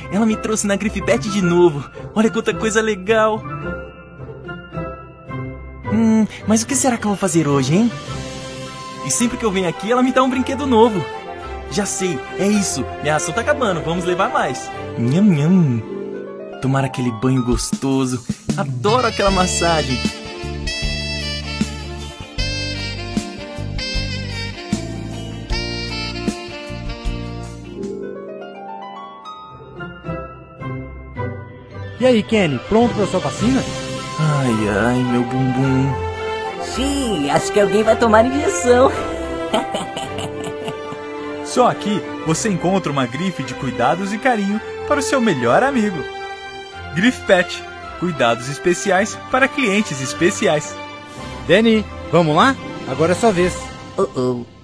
ela me trouxe na Grifpet de novo. Olha quanta coisa legal. Mas o que será que eu vou fazer hoje, hein? E sempre que eu venho aqui, ela me dá um brinquedo novo. Já sei, é isso. Minha ração tá acabando, vamos levar mais. Nham, nham. Tomar aquele banho gostoso. Adoro aquela massagem. E aí, Kenny, pronto pra sua vacina? Ai, ai, meu bumbum. Sim, acho que alguém vai tomar injeção. Só aqui você encontra uma grife de cuidados e carinho para o seu melhor amigo. Grifpet, cuidados especiais para clientes especiais. Danny, vamos lá? Agora é sua vez. Oh.